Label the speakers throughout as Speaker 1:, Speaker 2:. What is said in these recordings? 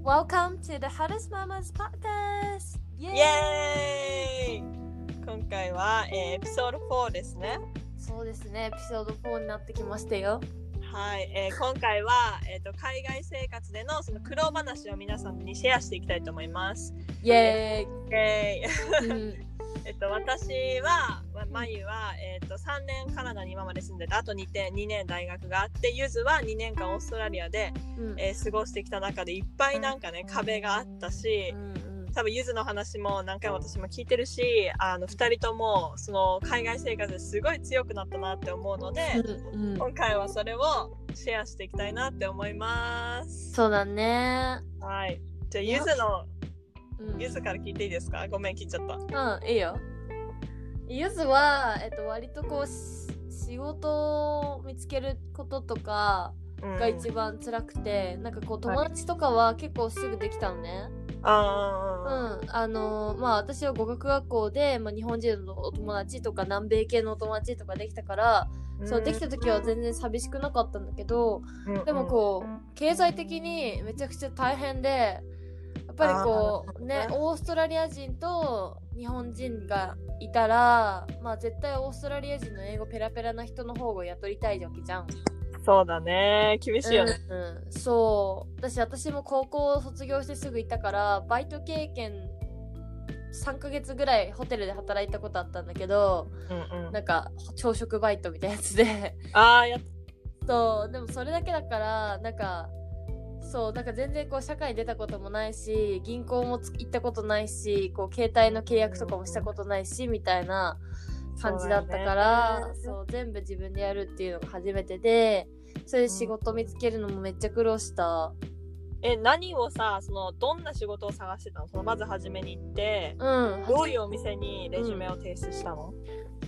Speaker 1: Welcome to the Hottest Mamas Podcast! イエーイ
Speaker 2: イエーイ今回は、エピソード4ですね。
Speaker 1: そうですね、エピソード4になってきましたよ。
Speaker 2: はい、今回は、海外生活でのその苦労話を皆さんにシェアしていきたいと思います。
Speaker 1: イエ
Speaker 2: イエーイ
Speaker 1: ーイ
Speaker 2: 私は、まゆは、3年カナダに今まで住んでて、あと2年大学があって、ゆずは2年間オーストラリアで、過ごしてきた中でいっぱいなんかね、壁があったし、多分ゆずの話も何回も私も聞いてるし、2人ともその海外生活ですごい強くなったなって思うので、今回はそれをシェアしていきたいなって思います。
Speaker 1: そうだね。
Speaker 2: はい。じゃあゆずから聞いていいですか？ごめん、聞いちゃった。
Speaker 1: いいよ。ゆずは、割とこう仕事を見つけることとかが一番辛くて、なんかこう友達とかは結構すぐできたのね。私は語学学校で、日本人のお友達とか南米系のお友達とかできたから、そうできた時は全然寂しくなかったんだけど、でもこう経済的にめちゃくちゃ大変で、やっぱりこうね、オーストラリア人と日本人がいたら、絶対オーストラリア人の英語ペラペラな人の方が雇いたいわけじゃん。
Speaker 2: そうだね、厳しいよね。
Speaker 1: そう私も高校を卒業してすぐ行ったからバイト経験3ヶ月ぐらいホテルで働いたことあったんだけど、なんか朝食バイトみたいなやつでそうでもそれだけだからなんか全然こう社会に出たこともないし、銀行も行ったことないし、こう携帯の契約とかもしたことないしみたいな感じだったから、全部自分でやるっていうのが初めてで、それで仕事見つけるのもめっちゃ苦労した。
Speaker 2: 何をさ、どんな仕事を探してたの？まず初めに行って、どういうお店にレジュメを提出したの？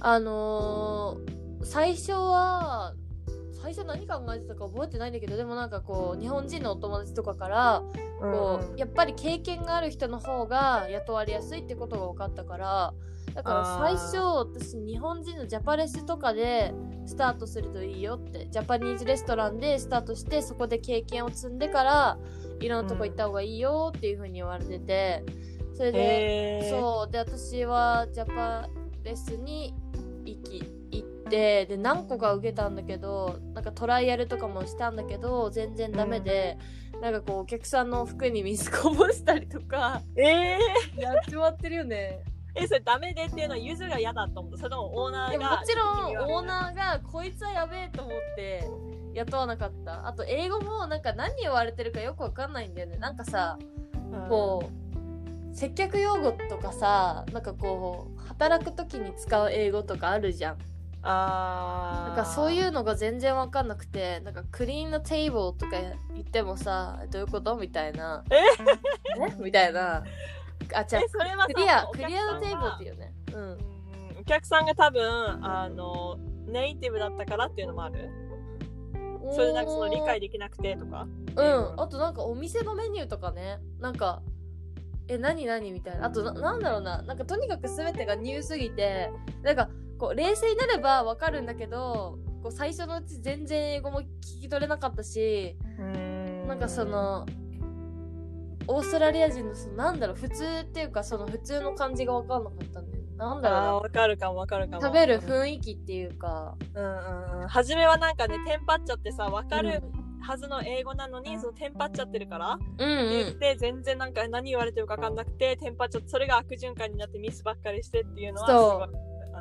Speaker 1: 最初何考えてたか覚えてないんだけど、でもなんかこう日本人のお友達とかからこうやっぱり経験がある人の方が雇われやすいってことが分かったから、だから最初私日本人のジャパレスとかでスタートするといいよって、ジャパニーズレストランでスタートしてそこで経験を積んでからいろんなとこ行った方がいいよっていう風に言われてて、それでで私はジャパレスに行ってで何個か受けたんだけど、なんかトライアルとかもしたんだけど全然ダメで、なんかこうお客さんの服に水こぼしたりとかやっちまってるよね。
Speaker 2: それダメでっていうのはゆずが嫌だと思った？それともオーナーが？
Speaker 1: もちろんオーナーがこいつはやべえと思って雇わなかった。あと英語もなんか何言われてるかよくわかんないんだよね。なんかさ、こう接客用語とかさ、なんかこう働く時に使う英語とかあるじゃん。なんかそういうのが全然わかんなくて、なんかクリーンのテーブルとか言ってもさ、どういうことみたいなみたいな。
Speaker 2: それは
Speaker 1: クリアのテーブルっていうね。
Speaker 2: お客さんが多分ネイティブだったからっていうのもある？それでなんか理解できなくてとか？
Speaker 1: あとなんかお店のメニューとかね、なんか何みたいな。あとなんだろうな、なんかとにかく全てがニューすぎて、なんかこう冷静になればわかるんだけど、こう最初のうち全然英語も聞き取れなかったし、なんかオーストラリア人のなんだろう、普通っていうか普通の感じが分かんなかったんで、なんだろうな。
Speaker 2: 分かるかも。
Speaker 1: 食べる雰囲気っていうか。
Speaker 2: 初めはなんかね、テンパっちゃってさ、分かるはずの英語なのに、テンパっちゃってるから、言って全然なんか何言われてるか分かんなくて、テンパっちゃって、それが悪循環になってミスばっかりしてっていうのはすごい。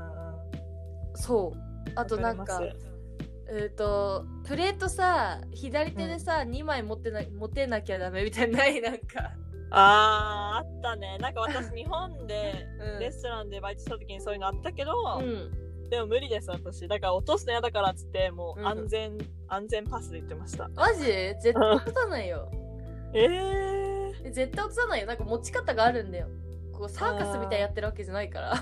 Speaker 1: あとなんかプレートさ、左手でさ、2枚持てなきゃダメみたいな、なんか
Speaker 2: あったね。なんか私日本でレストランでバイトした時にそういうのあったけど、でも無理です私。だから落とすの嫌だからっつってもう安全パスで言ってました。
Speaker 1: マジ？絶対落とさないよ。絶対落とさないよ。なんか持ち方があるんだよ。こうサーカスみたいやってるわけじゃないから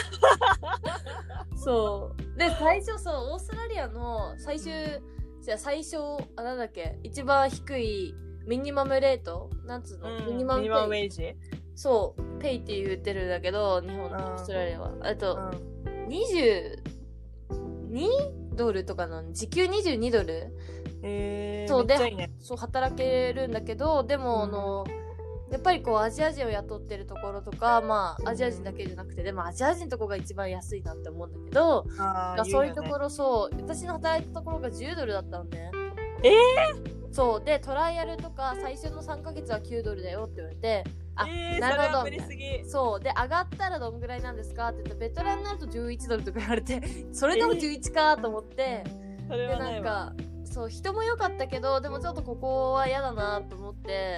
Speaker 1: そうで、最初オーストラリアの最初なんだっけ、一番低いミニマムレート、なんつうの、ミニマムウェイジ、ペイって言ってるんだけど、日本とオーストラリアは22ドルとかの時給22ドル、
Speaker 2: そうで、
Speaker 1: そう働けるんだけど、でもやっぱりこうアジア人を雇ってるところとか、まあアジア人だけじゃなくて、でもアジア人のところが一番安いなって思うんだけど、そういうところ、そう私の働いたところが10ドルだったのね。そうでトライアルとか最初の3ヶ月は9ドルだよって言われて、なるほどみたいな。そうで上がったらどんぐらいなんですかって言ったらベテランになると11ドルとか言われてそれでも11かと思って、でなんかそう人も良かったけどでもちょっとここは嫌だなと思って、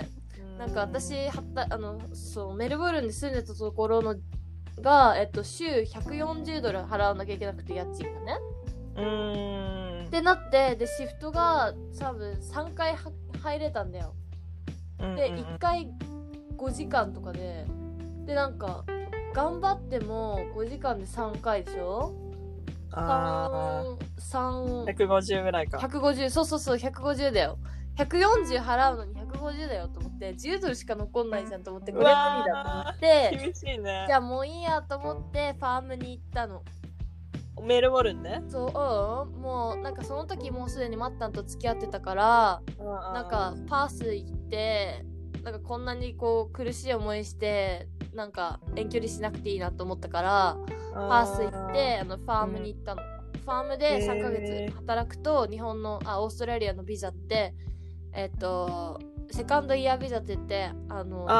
Speaker 1: なんか私そうメルボルンに住んでたところのが週140ドル払わなきゃいけなくて家賃がね。ってなってでシフトが多分3回入れたんだよ。で1回5時間とかでなんか頑張っても5時間で3回でしょ。
Speaker 2: 150ぐらいか。
Speaker 1: 150、そう150だよ。140払うのに150だよと思って10ドルしか残んないじゃんと思ってこれ無理だと思って
Speaker 2: 厳しいね。
Speaker 1: じゃあもういいやと思ってファームに行ったの。
Speaker 2: メルボルンね。
Speaker 1: そうもうなんかその時もうすでにマッタンと付き合ってたからなんかパース行ってなんかこんなにこう苦しい思いしてなんか遠距離しなくていいなと思ったからパース行ってファームに行ったの。ファームで3ヶ月働くと日本のオーストラリアのビザってセカンドイヤービザって言ってもう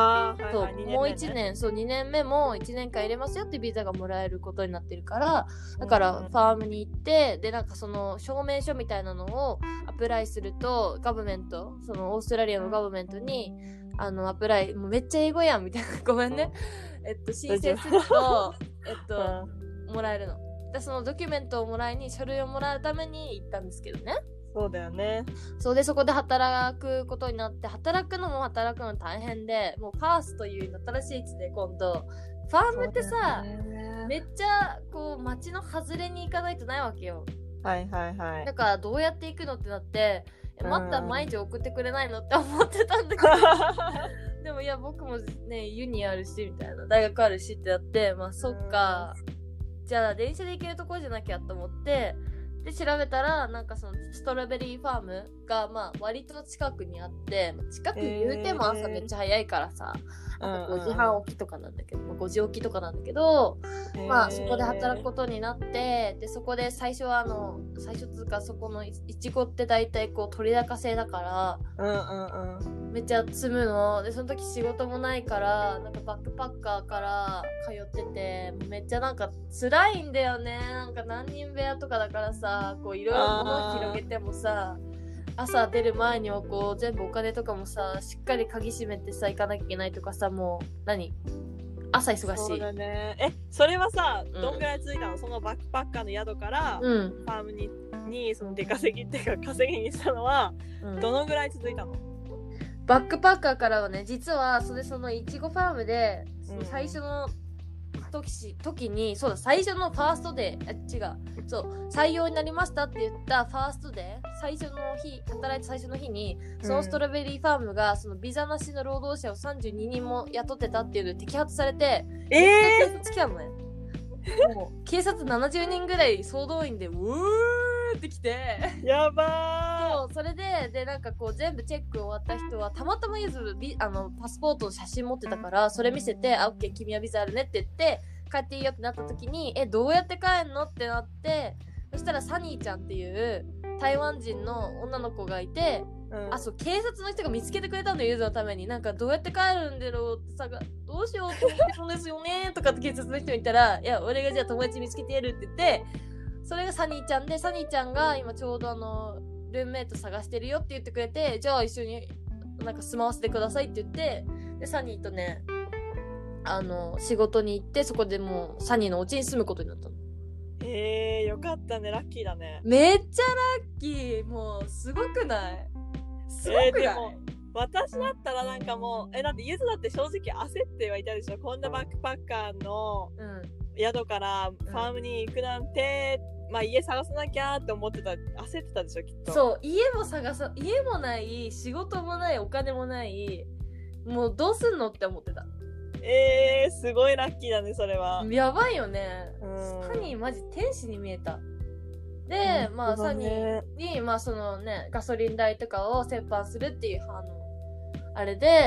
Speaker 1: 1年そう2年目も1年間入れますよってビザがもらえることになってるからだからファームに行ってでなんかその証明書みたいなのをアプライするとガバメントそのオーストラリアのガバメントにアプライもうめっちゃ英語やんみたいなごめんね申請するともらえるのでそのドキュメントをもらいに書類をもらうために行ったんですけどね。
Speaker 2: そうだよね。
Speaker 1: そうでそこで働くことになって働くの大変でもうパースという新しい地で今度ファームってさ、めっちゃこう街の外れに行かないとないわけよ。
Speaker 2: はいだ
Speaker 1: からどうやって行くのってなってまた毎日送ってくれないのって思ってたんだけどでもいや僕もねユニあるしみたいな大学あるしってなってまあそっかじゃあ電車で行けるところじゃなきゃと思ってで調べたらなんかそのストロベリーファームがまあ割と近くにあって近く言うても朝めっちゃ早いからさ、5時半起きとかなんだけど、5時起きとかなんだけど、まあそこで働くことになってでそこで最初は最初つうかそこのいちごって大体こう取り高制だからめっちゃ積むのでその時仕事もないからなんかバックパッカーから通っててめっちゃなんか辛いんだよね。なんか何人部屋とかだからさこういろいろ物を広げてもさ朝出る前にはこう全部お金とかもさしっかり鍵閉めてさ行かなきゃいけないとかさもう朝忙しい。
Speaker 2: そうだね。それはさどんぐらい続いたの、そのバックパッカーの宿から、ファームにその出稼ぎっていうか稼ぎにしたのは、どのぐらい続いたの？
Speaker 1: バックパッカーからはね実はそのいちごファームでその最初の時にそうだ最初のファーストデーそう採用になりましたって言ったファーストデー最初の日働いた最初の日にそのストロベリーファームがそのビザなしの労働者を32人も雇ってたっていうので摘発されて警察来たのね。もう警察70人ぐらい総動員でうーって来て
Speaker 2: やば
Speaker 1: ー。そうそれでなんかこう全部チェック終わった人はたまたまゆずパスポートの写真持ってたからそれ見せてオッケー君はビザあるねって言って帰っていいよってなった時にどうやって帰んのってなってそしたらサニーちゃんっていう台湾人の女の子がいて、そう警察の人が見つけてくれたんだよゆずのためになんかどうやって帰るんだろうってさどうしようって思ってるんですよねとかって警察の人に言ったらいや俺がじゃあ友達見つけてやるって言ってそれがサニーちゃんでサニーちゃんが今ちょうどルームメイト探してるよって言ってくれてじゃあ一緒になんか住まわせてくださいって言ってでサニーとね仕事に行ってそこでもうサニーのお家に住むことになったの。
Speaker 2: よかったねラッキーだね。
Speaker 1: めっちゃラッキーもうすごくないすごくない、
Speaker 2: でも私だったらなんかもうだってゆずだって正直焦ってはいたでしょ。こんなバックパッカーの宿からファームに行くなんて、まあ家探さなきゃって思ってた焦ってたでしょきっと。
Speaker 1: そう家もない仕事もないお金もないもうどうすんのって思ってた。
Speaker 2: すごいラッキーだねそれは。
Speaker 1: やばいよね。サニーマジ天使に見えた。で、まあサニーにまあそのねガソリン代とかを折半するっていうあれで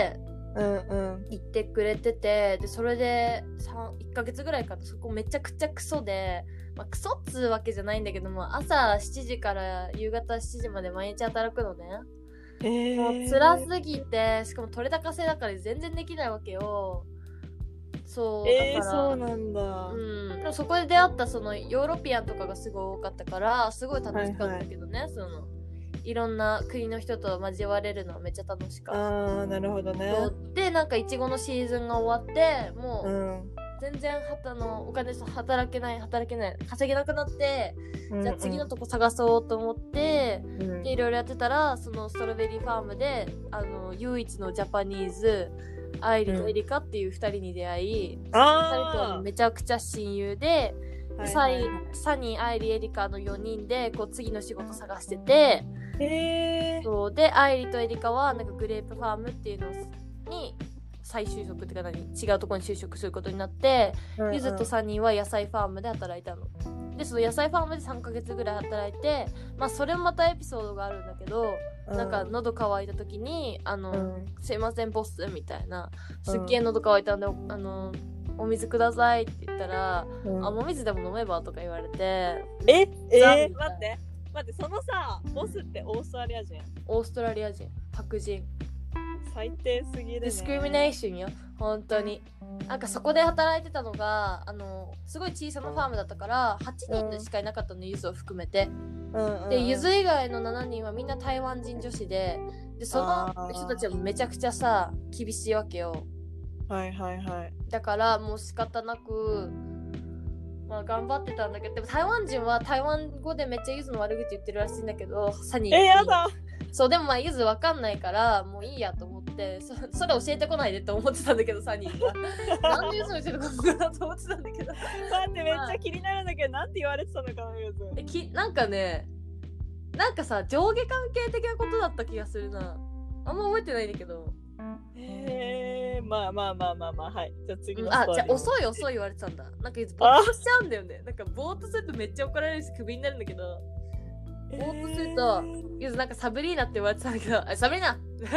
Speaker 1: 行ってくれてて、でそれで1ヶ月ぐらいかな。そこめちゃくちゃクソで、まあ、クソっつうわけじゃないんだけども、朝7時から夕方7時まで毎日働くのね。もう辛すぎて、しかも取れ高制だから全然できないわけよ。そうだから、
Speaker 2: そうなんだ。
Speaker 1: でもそこで出会ったそのヨーロピアンとかがすごい多かったからすごい楽しかったけどね、そのいろんな国の人と交われるのはめっちゃ楽しかった。
Speaker 2: なるほどね。
Speaker 1: でなんかイチゴのシーズンが終わってもう、全然お金働けない稼げなくなって、じゃあ次のとこ探そうと思って、でいろいろやってたらそのストロベリーファームで唯一のジャパニーズアイリとエリカっていう2人に出会い、2人とめちゃくちゃ親友で、サニー、アイリ、エリカの4人でこう次の仕事探してて、そうでアイリとエリカはなんかグレープファームっていうのに再就職っていうか違うところに就職することになって、ユズとサニーは野菜ファームで働いたの。でその野菜ファームで3ヶ月ぐらい働いて、まあそれもまたエピソードがあるんだけど、なんか喉乾いた時にすいませんボスみたいな、すっげえ喉乾いたんでお水くださいって言ったら、お水でも飲めばとか言われて、
Speaker 2: 待ってそのさボスってオーストラリア人
Speaker 1: 白人、
Speaker 2: 最低すぎるね。
Speaker 1: ディスクリミネーションよ本当に。なんかそこで働いてたのがすごい小さなファームだったから8人しかいなかったの、ユズを含めて。でユズ以外の7人はみんな台湾人女子で、その人たちはめちゃくちゃさ厳しいわけよ。だからもう仕方なくまあ頑張ってたんだけど、でも台湾人は台湾語でめっちゃユズの悪口言ってるらしいんだけど、サニー
Speaker 2: やだ。
Speaker 1: そうでもまあユズわかんないからもういいやと思って、それ教えてこないでって思ってたんだけど、サニーがなんでユズ教えてこないかなと思ってたんだけど
Speaker 2: 待ってめっちゃ気になるんだけど、なんて言われてたのかなユズ。
Speaker 1: なんかね、なんかさ上下関係的なことだった気がするな。あんま覚えてないんだけど。
Speaker 2: まあはいじゃあ次のストーリー。
Speaker 1: じゃあ遅い言われてたんだ。なんかユズぼーっとしちゃうんだよね。なんかぼーっとするとめっちゃ怒られるしクビになるんだけど、ぼーっとするとユズなんかサブリーナって言われてたんだけど、サブリーナ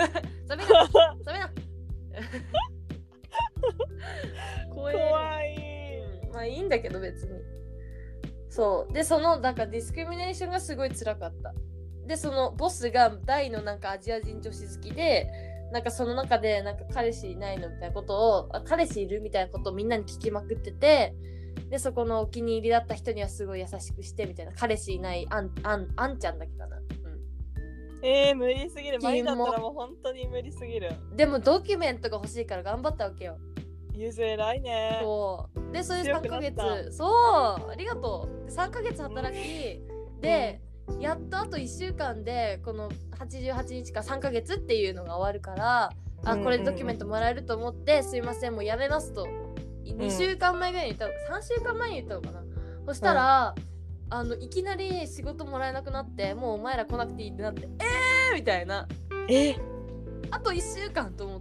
Speaker 1: 怖い、まあいいんだけど別に。そうでそのなんかディスクリミネーションがすごい辛かった。でそのボスが大のなんかアジア人女子好きで、なんかその中でなんか彼氏いないのみたいなことを彼氏いるみたいなことをみんなに聞きまくってて、でそこのお気に入りだった人にはすごい優しくしてみたいな。彼氏いないあんちゃんだけかな。
Speaker 2: 無理すぎる。マリだったらもう本当に無理すぎる。
Speaker 1: でもドキュメントが欲しいから頑張ったわけよ。
Speaker 2: ゆず偉いね。
Speaker 1: そうでそれで3ヶ月、そうありがとう。3ヶ月働きで、やっとあと1週間でこの88日か3ヶ月っていうのが終わるから、これでドキュメントもらえると思って、すいませんもうやめますと2週間前ぐらいに言ったの、3週間前に言ったのかな。そしたら、いきなり仕事もらえなくなって、もうお前ら来なくていいってなって、みたいな。あと1週間と思って、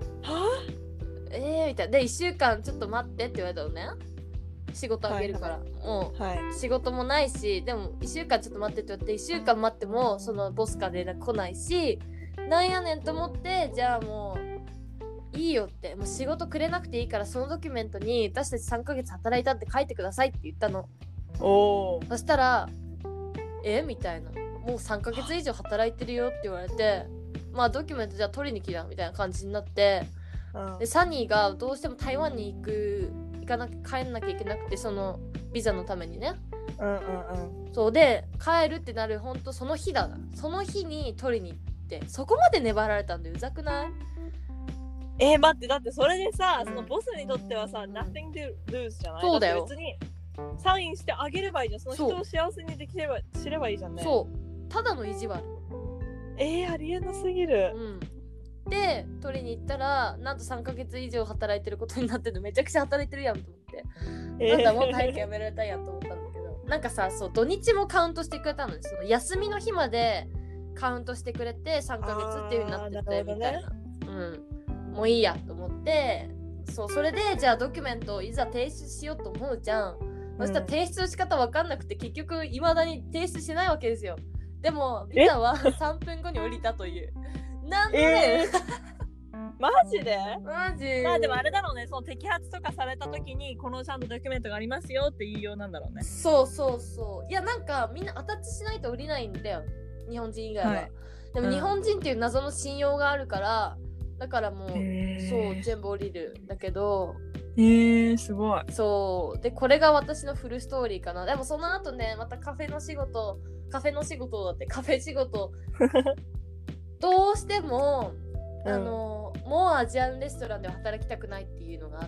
Speaker 1: みたいな。で1週間ちょっと待ってって言われたのね。仕事あげるから、もう、仕事もないし、でも1週間ちょっと待ってって言われて、1週間待ってもそのボスから連絡来ないし、なんやねんと思って、じゃあもういいよって、もう仕事くれなくていいからそのドキュメントに私たち3ヶ月働いたって書いてくださいって言ったの。そしたらみたいな、もう3ヶ月以上働いてるよって言われて、まあドキュメントじゃあ取りに来たみたいな感じになって、でサニーがどうしても台湾に帰んなきゃいけなくて、そのビザのためにね。そうで帰るってなるほんとその日その日に取りに行って、そこまで粘られたんでうざくない？
Speaker 2: 待って、だってそれでさ、そのボスにとってはさ、nothing to lose じゃない？
Speaker 1: そうだよ。
Speaker 2: 別にサインしてあげればいいじゃん。その人を幸せにすればいいじゃんね。
Speaker 1: そうただの意地悪。
Speaker 2: ありえなすぎる。
Speaker 1: で取りに行ったらなんと3ヶ月以上働いてることになってるの。めちゃくちゃ働いてるやんと思って、なんだもう体験やめられたやんと思ったんだけど、なんかさ、そう土日もカウントしてくれたのに、その休みの日までカウントしてくれて3ヶ月っていう風になってて、みたいな。もういいやと思って、それでじゃあドキュメントをいざ提出しようと思うじゃん。そしたら提出の仕方分かんなくて結局いまだに提出しないわけですよ。でもビザは3分後に降りたという。なんで
Speaker 2: マジで？
Speaker 1: マジ。
Speaker 2: まあでもあれだろうね、その摘発とかされた時にこのちゃんとドキュメントがありますよって言いようなんだろうね。
Speaker 1: そうそうそう。いやなんかみんなアタッチしないと降りないんだよ、日本人以外は、はい、でも日本人っていう謎の信用があるから、だからもう、そう全部降りるんだけど、
Speaker 2: すごい。
Speaker 1: そうでこれが私のフルストーリーかな。でもその後ね、またカフェ仕事どうしてももうアジアンレストランでは働きたくないっていうのがあって、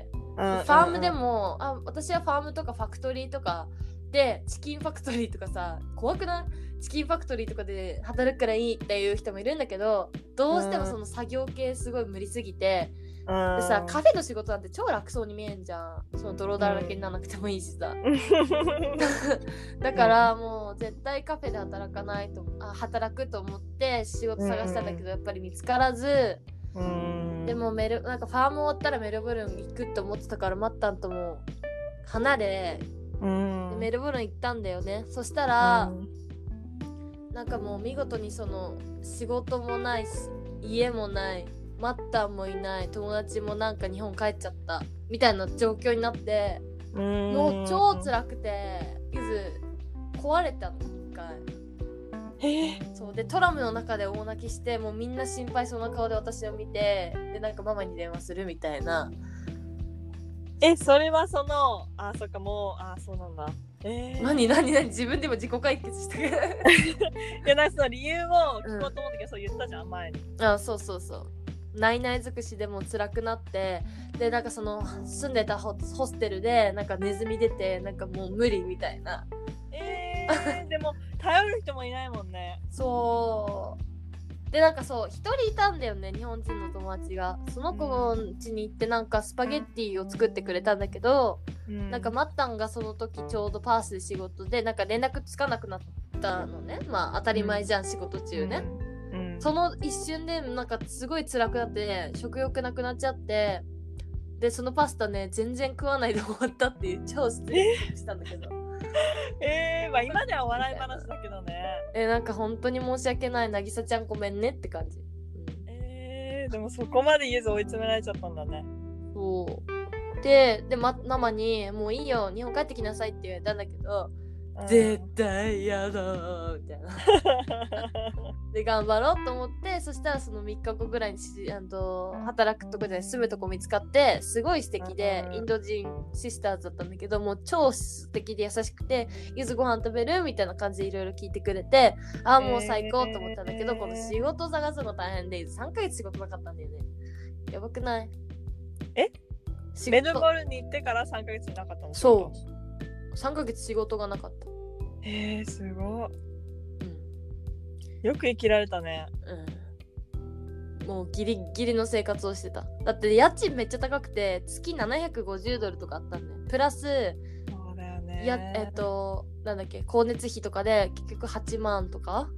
Speaker 1: ファームでも、私はファームとかファクトリーとかで、チキンファクトリーとかさ、怖くない？チキンファクトリーとかで働くからいいっていう人もいるんだけど、どうしてもその作業系すごい無理すぎて、でさ、カフェの仕事なんて超楽そうに見えんじゃん。その泥だらけにならなくてもいいしさだからもう絶対カフェで働くと思って仕事探したんだけど、やっぱり見つからず、でもなんかファーム終わったらメルボルン行くって思ってたから、マッタンとも離れ、でメルボルン行ったんだよね。そしたら、なんかもう見事にその仕事もないし家もない、マッタンもいない、友達もなんか日本帰っちゃったみたいな状況になって、もう超辛くて、ゆず壊れたの一回。そうでトラムの中で大泣きして、もうみんな心配そうな顔で私を見て、でなんかママに電話するみたいな。
Speaker 2: それはそのそっか、もうそうなんだ。
Speaker 1: 何自分でも自己解決したけどい
Speaker 2: や、なんかその理由を聞こうと思ったけど、そう言ったじゃん前に。
Speaker 1: そうないない尽くしでも辛くなって、でなんかその住んでたホステルでなんかネズミ出て、なんかもう無理みたいな。
Speaker 2: でも頼る人もいないもんね。
Speaker 1: そうでなんかそう一人いたんだよね、日本人の友達が。その子の家に行ってなんかスパゲッティを作ってくれたんだけど、なんかマッタンがその時ちょうどパースで仕事でなんか連絡つかなくなったのね。まあ当たり前じゃん、仕事中ね。その一瞬でなんかすごい辛くなって食欲なくなっちゃって、でそのパスタね全然食わないで終わったっていう超失礼したんだけど
Speaker 2: まあ今では笑い話だけどね。
Speaker 1: なんか本当に申し訳ない、なぎさちゃんごめんねって感じ。
Speaker 2: でもそこまで言えず追い詰められちゃったんだね。
Speaker 1: そうで、ママにもういいよ日本帰ってきなさいって言われたんだけど、絶対嫌だみたいなで頑張ろうと思って、そしたらその3日後ぐらいに働くとこで住むとこ見つかって、すごい素敵でインド人シスターズだったんだけど、もう超素敵で優しくて、ゆずご飯食べるみたいな感じでいろいろ聞いてくれて、もう最高と思ったんだけど、この仕事探すの大変で3ヶ月仕事なかったんだよね。やばくない？
Speaker 2: メルボルンに行ってから3ヶ月なかったの？
Speaker 1: そう3ヶ月仕事がなかった。
Speaker 2: すごい、よく生きられたね。
Speaker 1: もうギリギリの生活をしてた。だって家賃めっちゃ高くて月750ドルとかあったんだよ。プラス
Speaker 2: そうだよね。
Speaker 1: なんだっけ、光熱費とかで結局8万とか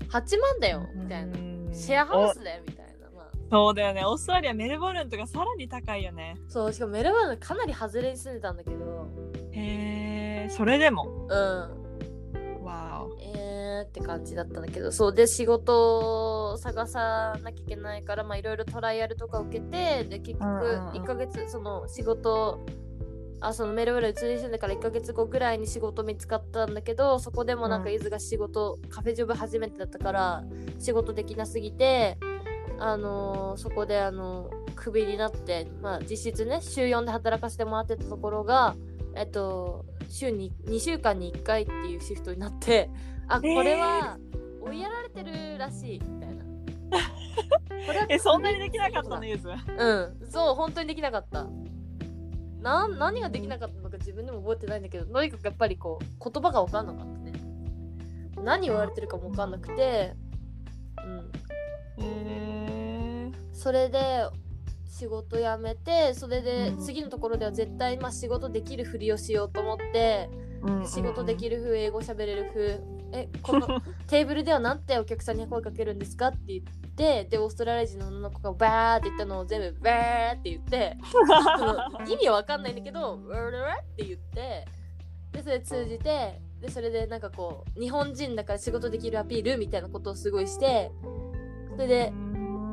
Speaker 1: 8万だよみたいな、シェアハウスだよみたいな。
Speaker 2: そうだよね。オーストラリアメルボルンとかさらに高いよね。
Speaker 1: そう、しかもメルボルンかなり外れに住んでたんだけど、
Speaker 2: それでも
Speaker 1: わおって感じだったんだけど、そうで仕事を探さなきゃいけないから、まあいろいろトライアルとか受けて、で結局1ヶ月その仕事そのメルボルンに移り住んでから1ヶ月後ぐらいに仕事見つかったんだけど、そこでもなんかゆずが仕事、カフェジョブ初めてだったから仕事できなすぎて、そこでクビになって、まあ実質ね週4で働かせてもらってたところが週に2週間に1回っていうシフトになって、これは追いやられてるらしいみたいなこれは
Speaker 2: そんなにできなかったのゆず？
Speaker 1: そう本当にできなかった。何ができなかったのか自分でも覚えてないんだけど、とにかくやっぱりこう言葉が分かんなかったね。何言われてるかも分かんなくて、それで仕事辞めて、それで次のところでは絶対仕事できるふりをしようと思って、仕事できる風、英語喋れる風、このテーブルではなんてお客さんに声かけるんですかって言って、でオーストラリア人の女の子がバーって言ったのを全部バーって言って意味は分かんないんだけどバーって言って、でそれ通じて、でそれでなんかこう日本人だから仕事できるアピールみたいなことをすごいして、それでこ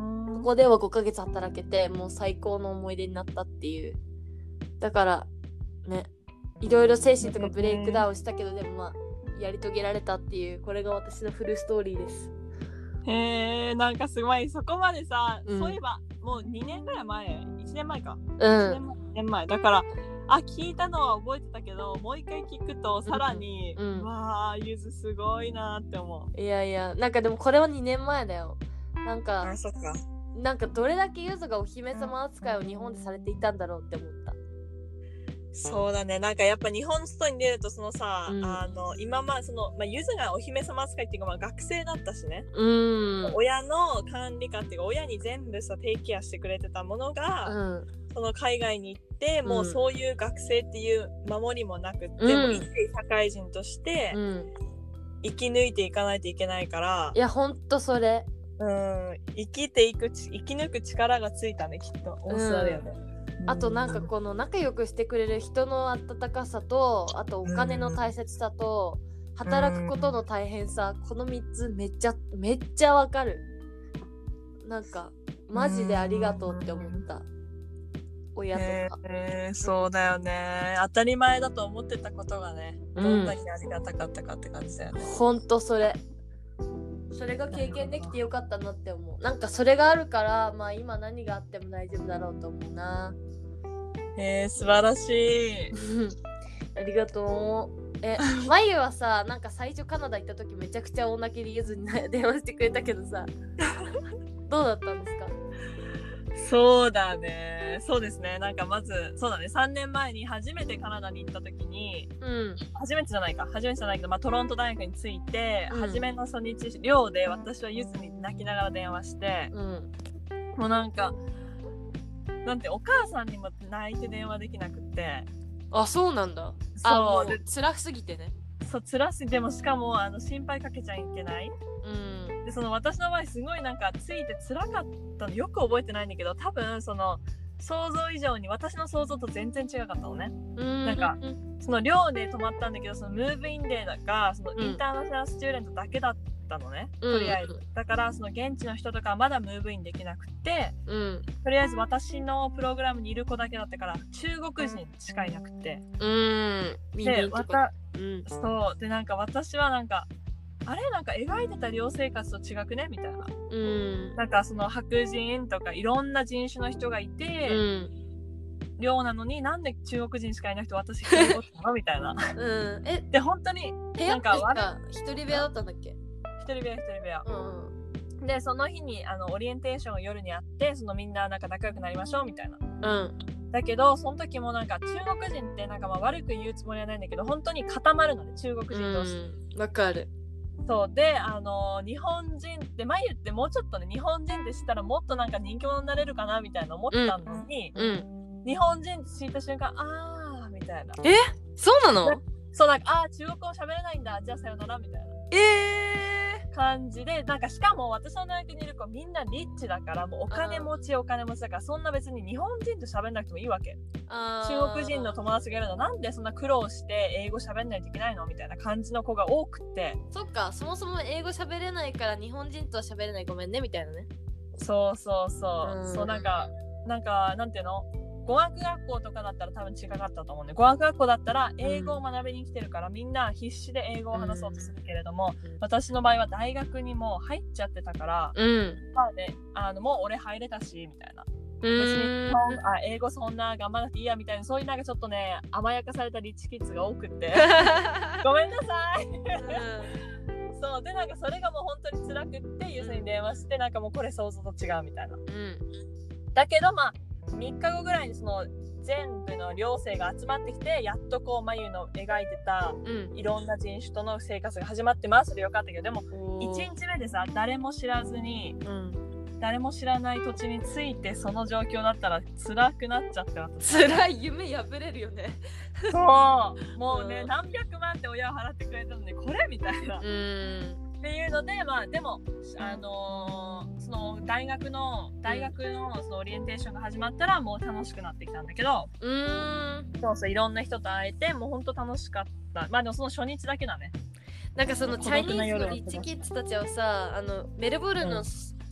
Speaker 1: こでは5ヶ月働けてもう最高の思い出になったっていう。だからね、いろいろ精神とかブレイクダウンしたけど、でもまあやり遂げられたっていう、これが私のフルストーリーです。
Speaker 2: なんかすごい、そこまでさ、そういえばもう2年ぐらい前、1年前か、
Speaker 1: 1
Speaker 2: 年前だから、聞いたのは覚えてたけど、もう一回聞くとさらに、わあ、ゆずすごいなって思う。
Speaker 1: いやいや、なんかでもこれは2年前だよ。なんか
Speaker 2: そっか。
Speaker 1: なんかどれだけゆずがお姫様扱いを日本でされていたんだろうって思った。
Speaker 2: そうだね、なんかやっぱ日本の外に出るとそのさ、今そのゆずがお姫様扱いっていうか、学生だったしね、親の管理下っていうか、親に全部さテイケアしてくれてたものが、その海外に行ってもうそういう学生っていう守りもなくって、もう一社会人として生き抜いていかないといけないから、
Speaker 1: いやほんとそれ、
Speaker 2: 生き抜く力がついたね、きっとオーストラリアで。
Speaker 1: あとなんかこの仲良くしてくれる人の温かさと、あとお金の大切さと、働くことの大変さ、この3つめっちゃわかる。なんかマジでありがとうって思った、親とか。
Speaker 2: そうだよね、当たり前だと思ってたことがね、どんだけありがたかったかって感じだよね。
Speaker 1: ほんとそれが経験できてよかったなって思う。なんかそれがあるから、まあ今何があっても大丈夫だろうと思うな。
Speaker 2: 素晴らしい
Speaker 1: ありがとう。まゆはさ、なんか最初カナダ行った時めちゃくちゃ大泣きでゆずに電話してくれたけどさどうだったんですか？
Speaker 2: そうだね、そうですね、なんかまずそうだね、3年前に初めてカナダに行った時に、初めてじゃないけど、トロント大学に着いて、初めの初日寮で私はゆずに泣きながら電話して、もうなんかなんてお母さんにも泣いて電話できなくて。
Speaker 1: あ、そうなんだ。そうで辛すぎてね。
Speaker 2: そう、辛すぎて、もしかも心配かけちゃいけない。でその私の場合すごいなんかついて辛かったのよく覚えてないんだけど、多分その想像以上に私の想像と全然違かったのね。なんかその寮で泊まったんだけど、そのムーブインデーがそのインターナショナルスチューデントだけだったのね、とりあえず。だからその現地の人とかはまだムーブインできなくて、とりあえず私のプログラムにいる子だけだったから、中国人しかいなくて、でそうで、なんか私はなんかあれ、なんか描いてた寮生活と違くねみたいな、なんかその白人とかいろんな人種の人がいて、寮なのになんで中国人しかいなくて私一人ぼっちなのみたいな。で本当に
Speaker 1: なんか一人部屋だったんだっけ？
Speaker 2: 一人部屋。でその日にオリエンテーションが夜にあって、そのみんななんか仲良くなりましょうみたいな。だけどその時もなんか中国人ってなんか悪く言うつもりはないんだけど、本当に固まるのね、中国人同士。
Speaker 1: わかる。
Speaker 2: そうで、日本人って眉ってもうちょっとね、日本人って知ったらもっとなんか人気者になれるかなみたいな思ったのに、日本人って知った瞬間、あーみたいな。
Speaker 1: そうなの？
Speaker 2: そう、なんか中国語喋れないんだ、じゃあさよならみたいな感じで、なんかしかも私の大学にいる子みんなリッチだから、もうお金持ちだから、そんな別に日本人と喋んなくてもいいわけ。中国人の友達がいるの、なんでそんな苦労して英語喋んないといけないのみたいな感じの子が多くて。
Speaker 1: そっか、そもそも英語喋れないから日本人とは喋れない、ごめんねみたいなね。
Speaker 2: そうなんかなんていうの、語学学校とかだったら多分違かったと思うんで、語学学校だったら英語を学びに来てるから、みんな必死で英語を話そうとするけれども、私の場合は大学にもう入っちゃってたから、まあね、もう俺入れたしみたいな、別に英語そんな頑張らなくていいやみたいな、そういうなんかちょっとね甘やかされたリッチキッズが多くってごめんなさいそうで、なんかそれがもう本当に辛くって、ユースに電話して、なんかもうこれ想像と違うみたいな、だけどまあ3日後ぐらいにその全部の寮生が集まってきて、やっとこう眉の描いてたいろんな人種との生活が始まってます。それよかったけど、でも1日目でさ、誰も知らずに、誰も知らない土地に着いてその状況だったら辛くなっちゃって、
Speaker 1: 辛い、夢破れるよね
Speaker 2: そうもうね、何百万って親は払ってくれたのにこれみたいなっていうので、まあでもその大学のそのオリエンテーションが始まったらもう楽しくなってきたんだけど、そういろんな人と会えて、もうほんと楽しかった。まあでもその初日だけだね。
Speaker 1: なんかそのチャイニーズのリッチキッズたちはさ、メルボルンのチ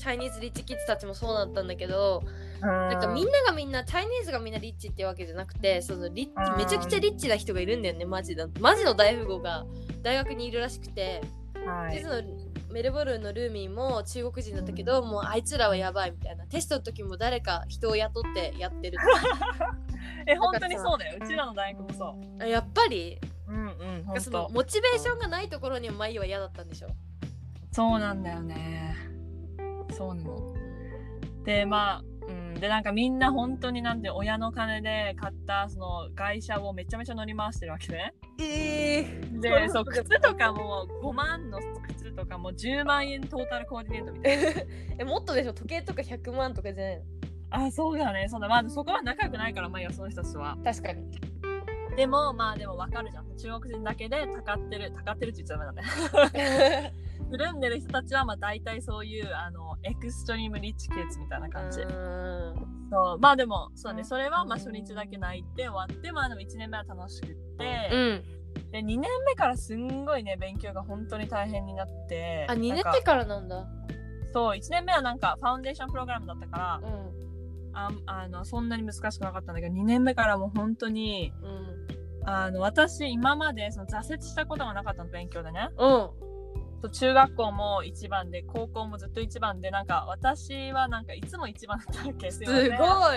Speaker 1: チャイニーズリッチキッズたちもそうだったんだけど、なんかみんながみんなチャイニーズがみんなリッチっていうわけじゃなくて、そのめちゃくちゃリッチな人がいるんだよね。マジの大富豪が大学にいるらしくて、でそのメルボルンのルーミンも中国人だったけど、もうあいつらはやばいみたいな、テストの時も誰か人を雇ってやってる
Speaker 2: 本当にそうだよ。うちらの大学もそう。
Speaker 1: やっぱり
Speaker 2: 本当
Speaker 1: そのモチベーションがないところにマイは嫌だったんでしょ。
Speaker 2: そうなんだよね。そうなの。ででなんかみんな本当になんて親の金で買ったその外車をめちゃめちゃ乗り回してるわけね。でそう靴とかも5万の靴とかも10万円トータルコーディネートみたいな。
Speaker 1: もっとでしょ。時計とか100万とかじゃないの。
Speaker 2: そうだね。そこは仲良くないからその人たちは。
Speaker 1: 確かに。
Speaker 2: でも分かるじゃん。中国人だけでたかってるって言っちゃダメだね。住んでる人たちは大体そういうエクストリームリッチキッズみたいな感じ。そうでもそうね、それは初日だけ泣いて終わって、でも1年目は楽しくって、で2年目からすんごいね勉強が本当に大変になって。
Speaker 1: 2年目からなんだ。
Speaker 2: そう、1年目はなんかファウンデーションプログラムだったから、そんなに難しくなかったんだけど、2年目からもう本当に、私今までその挫折したことがなかったの、勉強でね。中学校も1番で高校もずっと1番で、なんか私はなんかいつも1番だったわけ。
Speaker 1: すごい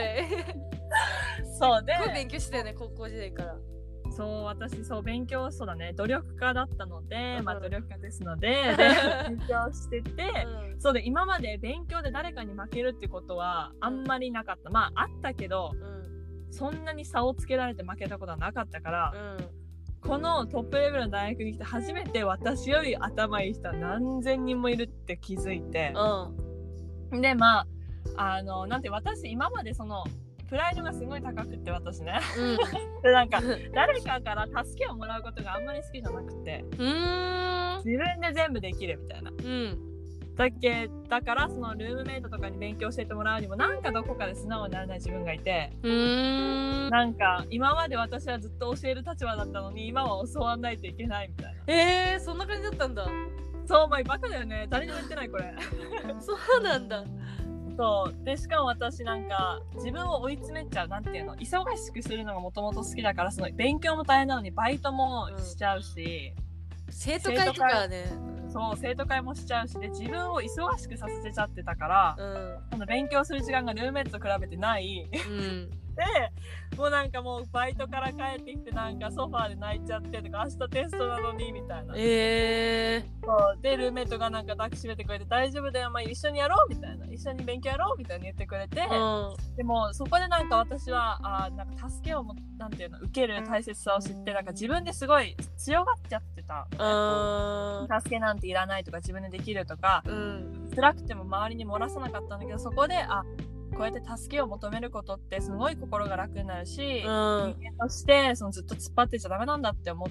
Speaker 2: そうで、
Speaker 1: すごい勉強してたよね、高校時代から。
Speaker 2: そう、私勉強そうだね、努力家だったので、努力家ですので、勉強してて、そうで今まで勉強で誰かに負けるってことはあんまりなかった。あったけど、そんなに差をつけられて負けたことはなかったから、このトップレベルの大学に来て初めて私より頭いい人は何千人もいるって気づいて、でなんて私今までそのプライドがすごい高くって私ね、でなんか誰かから助けをもらうことがあんまり好きじゃなくて、自分で全部できるみたいな、だからそのルームメイトとかに勉強教えてもらうにもなんかどこかで素直になれない自分がいて、なんか今まで私はずっと教える立場だったのに今は教わんないといけないみたいな。
Speaker 1: そんな感じだったんだ。
Speaker 2: そう、バカだよね。誰にも言ってないこれ。
Speaker 1: そうなんだ。
Speaker 2: そうで、しかも私なんか自分を追い詰めちゃう、なんていうの、忙しくするのがもともと好きだから、その勉強も大変なのにバイトもしちゃうし、
Speaker 1: 生徒会とかね。
Speaker 2: そう生徒会もしちゃうしで、自分を忙しくさせちゃってたから、勉強する時間がルームメイトと比べてない、でもうなんかもうバイトから帰ってきてなんかソファーで泣いちゃってとか、明日テストなのにみたいな。そうでルームメイトがなんか抱きしめてくれて、大丈夫だよ、一緒にやろうみたいな、一緒に勉強やろうみたいに言ってくれて、でもそこでなんか私はなんか助けをなんていうの、受ける大切さを知って、なんか自分ですごい強がっちゃってた、助けなんていらないとか自分でできるとか、辛くても周りに漏らさなかったんだけど、そこでこうやって助けを求めることってすごい心が楽になるし、人間としてそのずっと突っ張ってちゃダメなんだって思って、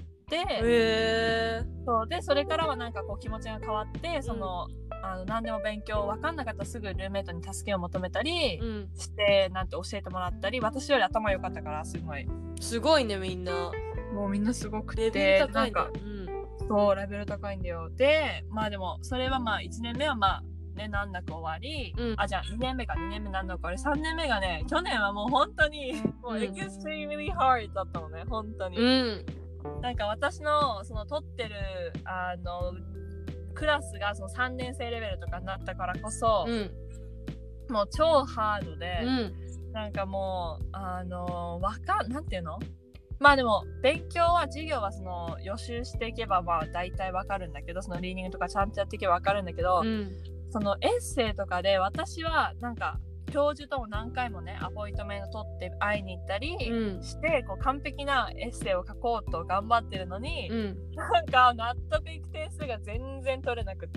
Speaker 2: そうでそれからはなんかこう気持ちが変わって、その何でも勉強分かんなかったらすぐルーメイトに助けを求めたりして、なんて教えてもらったり、私より頭良かったから、すごい
Speaker 1: ね、みんな。
Speaker 2: もうみんなすごくて、
Speaker 1: レベル高いんだよ。
Speaker 2: そうレベル高いんだよ。ででもそれは1年目は難なく終わり、じゃあ2年目難なく終わり、3年目がね、去年はもう本当にもうextremely hard だったのね、本当に。なんか私のその取ってるクラスがその3年生レベルとかになったからこそ、もう超ハードで、なんかもうなんていうの、でも勉強は授業はその予習していけば大体わかるんだけど、そのリーディングとかちゃんとやっていけばわかるんだけど、そのエッセイとかで私はなんか教授とも何回もねアポイントメント取って会いに行ったりして、こう完璧なエッセイを書こうと頑張ってるのに、なんか納得いく点数が全然取れなくって、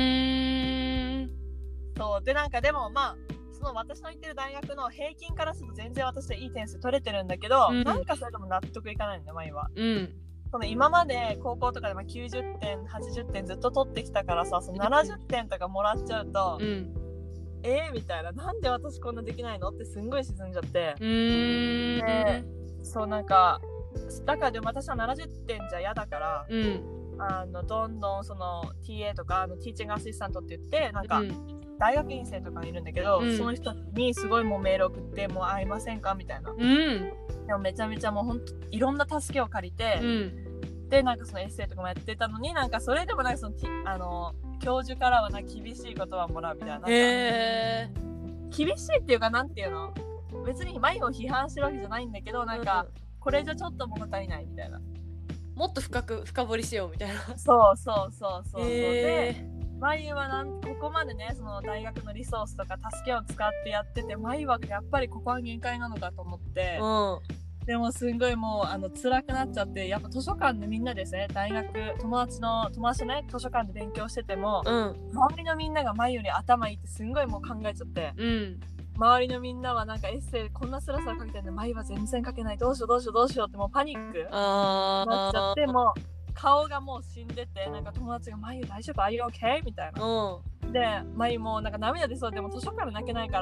Speaker 2: そうでなんかでもその私の行ってる大学の平均からすると全然私でいい点数取れてるんだけど、なんかそれでも納得いかないんだよ、前は。その今まで高校とかで90点80点ずっと取ってきたからさ、その70点とかもらっちゃうと、みたいな、なんで私こんなできないのってすんごい沈んじゃって、でそうなんかだからでも私は70点じゃ嫌だから、どんどんその TA とかティーチングアシスタントって言ってなんか、 大学院生とかがいるんだけど、その人にすごいもうメール送ってもう会いませんかみたいな、でもめちゃめちゃもうほんといろんな助けを借りて、でなんかそのエッセイとかもやってたのに、なんかそれでもなんかその教授からはなんか厳しい言葉をもらうみたいな、厳しいっていうかなんていうの、別に眉を批判してるわけじゃないんだけど、なんかこれじゃちょっと物足りないみたいな、
Speaker 1: もっと深掘りしようみたいな。
Speaker 2: そうで眉はここまでねその大学のリソースとか助けを使ってやってて、眉はやっぱりここは限界なのかと思って、でもすんごいもう辛くなっちゃって、やっぱ図書館でみんなですね、大学友達とね図書館で勉強してても、周りのみんなが眉より頭いいってすんごいもう考えちゃって、周りのみんなはなんかエッセイこんなスラスラ書けてるんで、眉は全然書けない、どうしようってもうパニックなっちゃって、もう顔がもう死んでて、なんか友達が眉大丈夫 Are you okay? みたいな、で眉もなんか涙出そう、でも図書館泣けないから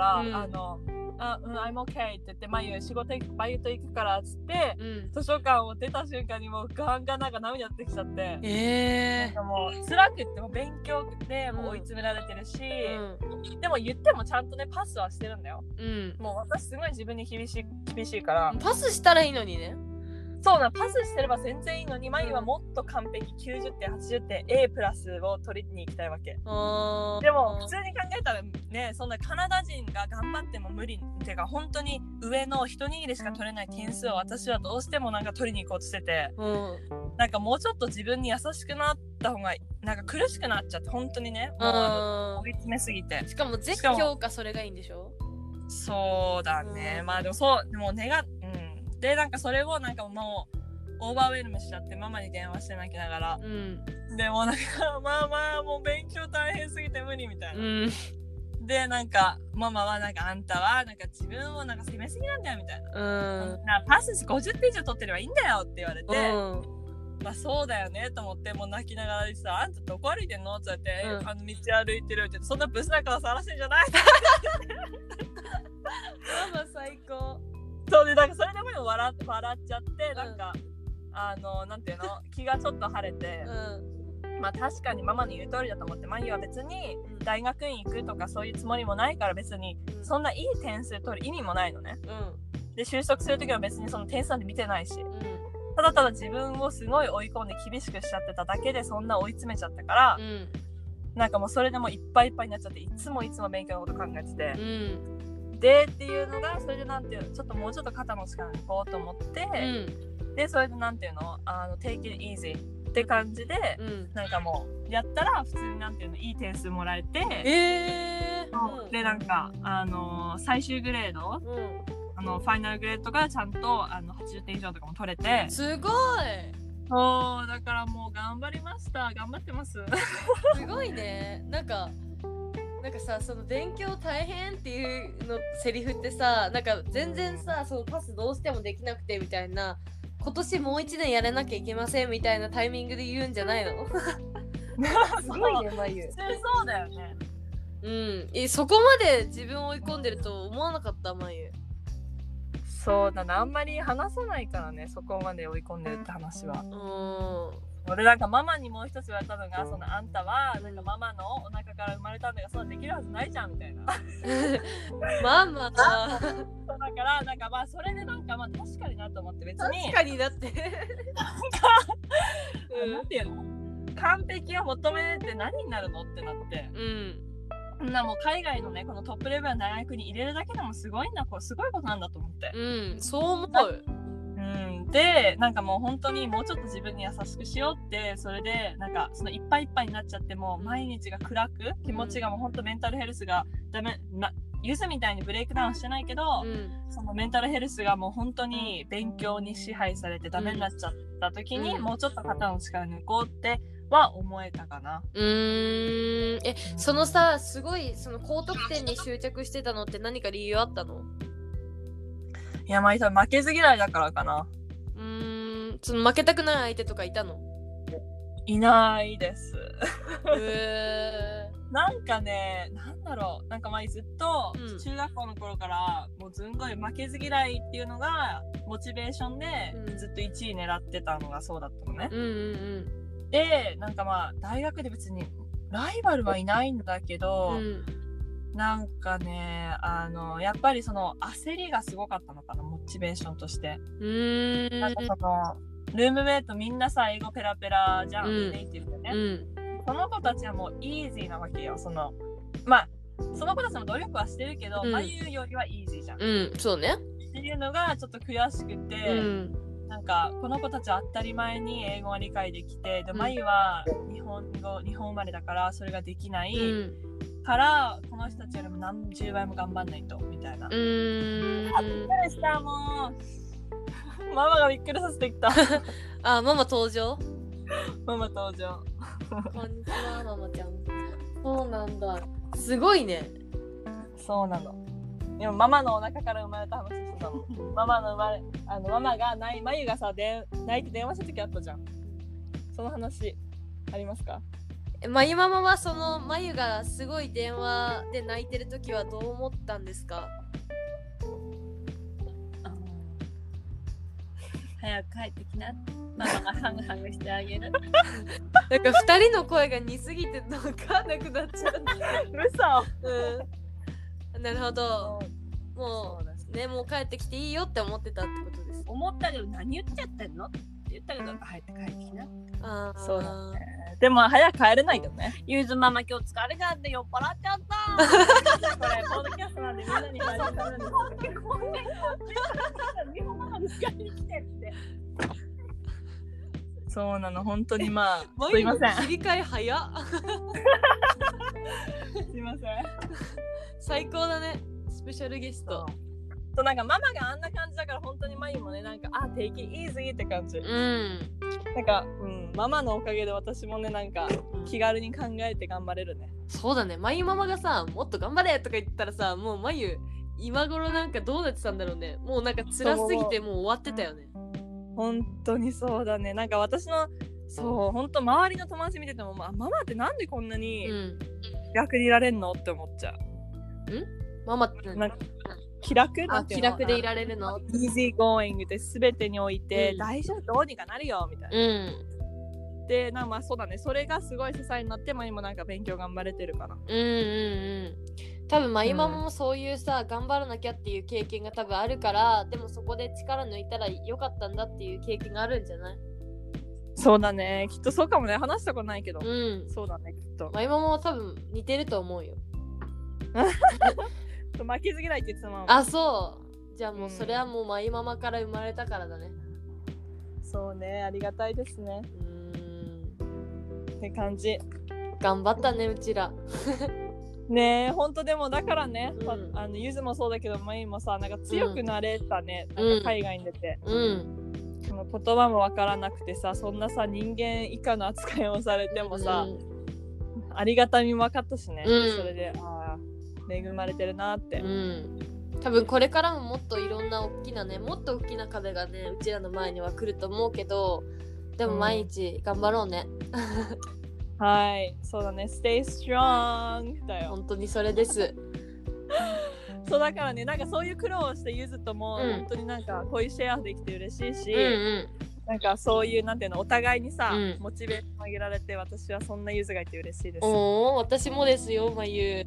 Speaker 2: 、I'm okay って言って、眉仕事バイト行くからっつって、図書館を出た瞬間にもうガンガンなんか涙出てきちゃって、なんかもう辛くっても勉強でもう追い詰められてるし、でも言ってもちゃんとねパスはしてるんだよ、もう私すごい自分に厳しいから、
Speaker 1: パスしたらいいのにね。
Speaker 2: そうな、パスしてれば全然いいのに、眉はもっと完璧90点80点 A プラスを取りに行きたいわけ。でも普通に考えたらね、そんなカナダ人が頑張っても無理っていうか、本当に上の一握りしか取れない点数を私はどうしてもなんか取りに行こうとしてて、なんかもうちょっと自分に優しくなった方がなんか苦しくなっちゃって、本当にね、もう追い詰めすぎて、
Speaker 1: しかも絶教科それがいいんでしょ。
Speaker 2: そうだね、まあでもそうでもでなんかそれをなんかもうオーバーウェルムしちゃって、ママに電話して泣きながら、でもなんかママもう勉強大変すぎて無理みたいな、でなんかママはなんかあんたはなんか自分をなんか責めすぎなんだよみたいな、パス50点以上取ってればいいんだよって言われて、まあそうだよねと思って、もう泣きながらさ、あんたどこ歩いてんのって言われて、道歩いてるって言って、そんなブスな顔さらしてんじゃない
Speaker 1: ママ最高。
Speaker 2: そうで、なんかそれでも笑っちゃって、なんかなんていうの、気がちょっと晴れて、まあ確かにママの言う通りだと思って、マギは別に大学院行くとかそういうつもりもないから、別にそんないい点数取る意味もないのね、で就職するときは別にその点数なんて見てないし、ただただ自分をすごい追い込んで厳しくしちゃってただけで、そんな追い詰めちゃったから、なんかもうそれでもういっぱいいっぱいになっちゃって、いつも勉強のこと考えてて、でっていうのが、それでなんていうの、ちょっともうちょっと肩の力に行こうと思って、でそれでなんていうの、take it easy って感じで、なんかもうやったら普通になんていうの、いい点数もらえて、でなんか最終グレード、ファイナルグレードがちゃんと80点以上とかも取れて、
Speaker 1: すごい。
Speaker 2: そうだからもう頑張ってます
Speaker 1: すごいね。なんかさ、その勉強大変っていうのセリフってさ、なんか全然さ、そのパスどうしてもできなくてみたいな、今年もう1年やらなきゃいけませんみたいなタイミングで言うんじゃないのすごいね、まゆ。
Speaker 2: そうだよね。
Speaker 1: そこまで自分を追い込んでると思わなかった、まゆ。
Speaker 2: そうだな、あんまり話さないからね、そこまで追い込んでるって話は。俺なんかママにもう一つ言われたのが、そのあんたはなんかママのお腹から生まれたんだから、そんなできるはずないじゃんみたいな
Speaker 1: ママ
Speaker 2: だからなんかまあそれでなんかまあ確かになと思って、別に
Speaker 1: 確かにだって
Speaker 2: なんていうの、完璧を求めて何になるのってなって、もう海外のねこのトップレベルの大学に入れるだけでもすごいことなんだと思って、
Speaker 1: そう思う。
Speaker 2: でなんかもう本当にもうちょっと自分に優しくしようって、それでなんかそのいっぱいいっぱいになっちゃって、も毎日が暗く、気持ちがもう本当メンタルヘルスがダメな、ゆずみたいにブレイクダウンしてないけど、そのメンタルヘルスがもう本当に勉強に支配されてダメになっちゃった時に、もうちょっと肩の力抜こうっては思えたかな。
Speaker 1: そのさ、すごいその高得点に執着してたのって何か理由あったの？
Speaker 2: いや、まあ負けず嫌いだからかな。
Speaker 1: その負けたくない相手とかいたの？
Speaker 2: いないです
Speaker 1: なん
Speaker 2: かね、なんだろう、なんかずっと中学校の頃からもうすんごい負けず嫌いっていうのがモチベーションで、ずっと1位狙ってたのがそうだったのね。でなんかまあ大学で別にライバルはいないんだけど、 なんかねやっぱりその焦りがすごかったのかな、モチベーションとして。なんかそのルームメイトみんなさ英語ペラペラじゃん、ネイティブでね、その子たちはもうイージーなわけよ。そのまあその子たちも努力はしてるけど、まゆよりはイージーじゃん、
Speaker 1: そうね
Speaker 2: っていうのがちょっと悔しくて、なんかこの子たちは当たり前に英語が理解できて、でまゆは日本生まれだからそれができない、からこの人たちよりも何十倍も頑張んないとみたいな。びっくりしたもうママがびっくりさせてきた
Speaker 1: あ、ママ登場
Speaker 2: ママ登場
Speaker 1: こんにちはママちゃん。そうなんだ、すごいね。
Speaker 2: そうなの。でもママのお腹から生まれた話してたのママのママがまゆがさ泣いて電話した時あったじゃん。その話ありますか？
Speaker 1: まゆママはそのまゆがすごい電話で泣いてる時はどう思ったんですか？
Speaker 2: 早く帰ってきな、ママがハグハグしてあげるなんか
Speaker 1: 2人の声が似すぎて分かんなくなっちゃうなるほど。もうね、もう帰ってきていいよって思ってたってことです。
Speaker 2: 思ったけど何言っちゃってんのって言ったけど早く帰ってきな。
Speaker 1: ああ、
Speaker 2: そうだね。でも早く帰れないけどね。ゆずママ今日疲れちゃって酔っ払っちゃったこれポッドキャストなんでみんなに感じたんですけど日本ママに使いに来てってそうなの、本当にまあすいません、
Speaker 1: 切り替え早っ
Speaker 2: すいません
Speaker 1: 最高だね、スペシャルゲスト。
Speaker 2: そうなんかママがあんな感じだから本当にマユもねなんかtake it easyって感じ。なんか、ママのおかげで私もねなんか気軽に考えて頑張れるね。
Speaker 1: そうだね、マユママがさもっと頑張れとか言ったらさ、もうマユ今頃なんかどうなってたんだろうね。もうなんか辛すぎてもう終わってたよね。
Speaker 2: 本当にそうだね。なんか私のそう本当周りの友達見てても、ママってなんでこんなに逆にいられんのって思っちゃう。
Speaker 1: ママって
Speaker 2: なんか気楽
Speaker 1: でいられるの
Speaker 2: easy going で全てにおいて、大丈夫どうにかなるよみたいな、でなんかまあそうだね、それがすごい支えになってマユもなんか勉強頑張れてるかな。
Speaker 1: 多分マユママもそういうさ、頑張らなきゃっていう経験が多分あるから、でもそこで力抜いたらよかったんだっていう経験があるんじゃない？
Speaker 2: そうだね、きっとそうかもね。話したことないけど、そうだね、きっと
Speaker 1: マユママは多分似てると思うよ
Speaker 2: 負けず嫌いって言ってたもん。
Speaker 1: あ、そう。じゃあもうそれはもうマユママから生まれたからだね。
Speaker 2: そうね、ありがたいですね。って感じ。
Speaker 1: 頑張ったね、うちら。
Speaker 2: ねえ、ほんとでもだからね、ゆずもそうだけどマユもさ、なんか強くなれたね、なんか海外に出て。その言葉もわからなくてさ、そんなさ人間以下の扱いをされてもさ、ありがたみも分かったしね、それで恵まれてるなって、
Speaker 1: 多分これからももっといろんな大きなね、もっと大きな壁がねうちらの前には来ると思うけど、でも毎日頑張ろうね、
Speaker 2: はい、そうだね、stay strong だよ。
Speaker 1: 本当にそれです
Speaker 2: そうだからね、なんかそういう苦労をしてゆずとも、本当になんかこういうシェアできて嬉しいし、なんかそういうなんていうの、お互いにさ、モチベーション上げられて、私はそんなゆずがいて嬉しいです。
Speaker 1: 私もですよ、まゆ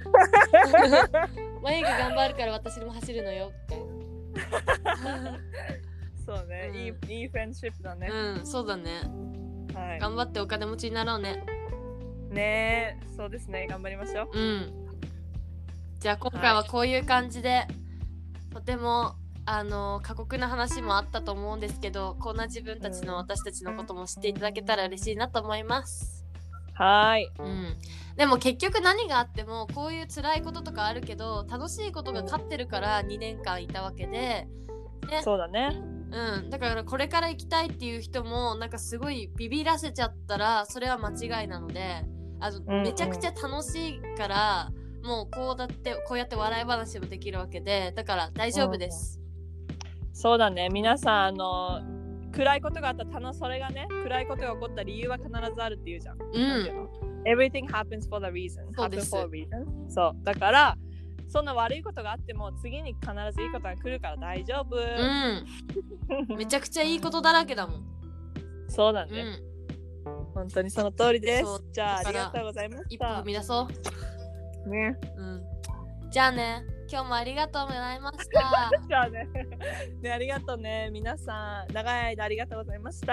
Speaker 1: まゆが頑張るから私も走るのよみたいな
Speaker 2: そうね、いいフレンドシップだね。
Speaker 1: そうだね、
Speaker 2: はい、
Speaker 1: 頑張ってお金持ちになろうね。
Speaker 2: ねえ、そうですね、頑張りましょう。
Speaker 1: じゃあ今回はこういう感じで、とても過酷な話もあったと思うんですけど、こんな自分たちの、私たちのことも知っていただけたら嬉しいなと思います。
Speaker 2: はい、
Speaker 1: でも結局何があってもこういう辛いこととかあるけど、楽しいことが勝ってるから2年間いたわけで、ね、
Speaker 2: そうだね。
Speaker 1: だからこれから行きたいっていう人もなんかすごいビビらせちゃったらそれは間違いなので、めちゃくちゃ楽しいから、もうこうやって笑い話もできるわけで、だから大丈夫です。
Speaker 2: そうだね、皆さん暗いことがあったらそれがね、暗いことが起こった理由は必ずあるって言うじゃん。Everything happens for the reason.
Speaker 1: そうです。
Speaker 2: for a reason. そうだからそんな悪いことがあっても次に必ずいいことが来るから大丈夫。
Speaker 1: めちゃくちゃいいことだらけだもん。
Speaker 2: そうだね、本当にその通りです。じゃあありがとうございました。
Speaker 1: 一歩踏み出そう
Speaker 2: ね。
Speaker 1: じゃあね、今日もありがとうございました。
Speaker 2: じゃあね、ね、ありがとうね。皆さん、長い間ありがとうございました。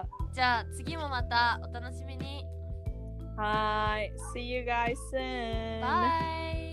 Speaker 1: じゃあ次もまたお楽しみに。
Speaker 2: はい。See you guys soon.
Speaker 1: Bye.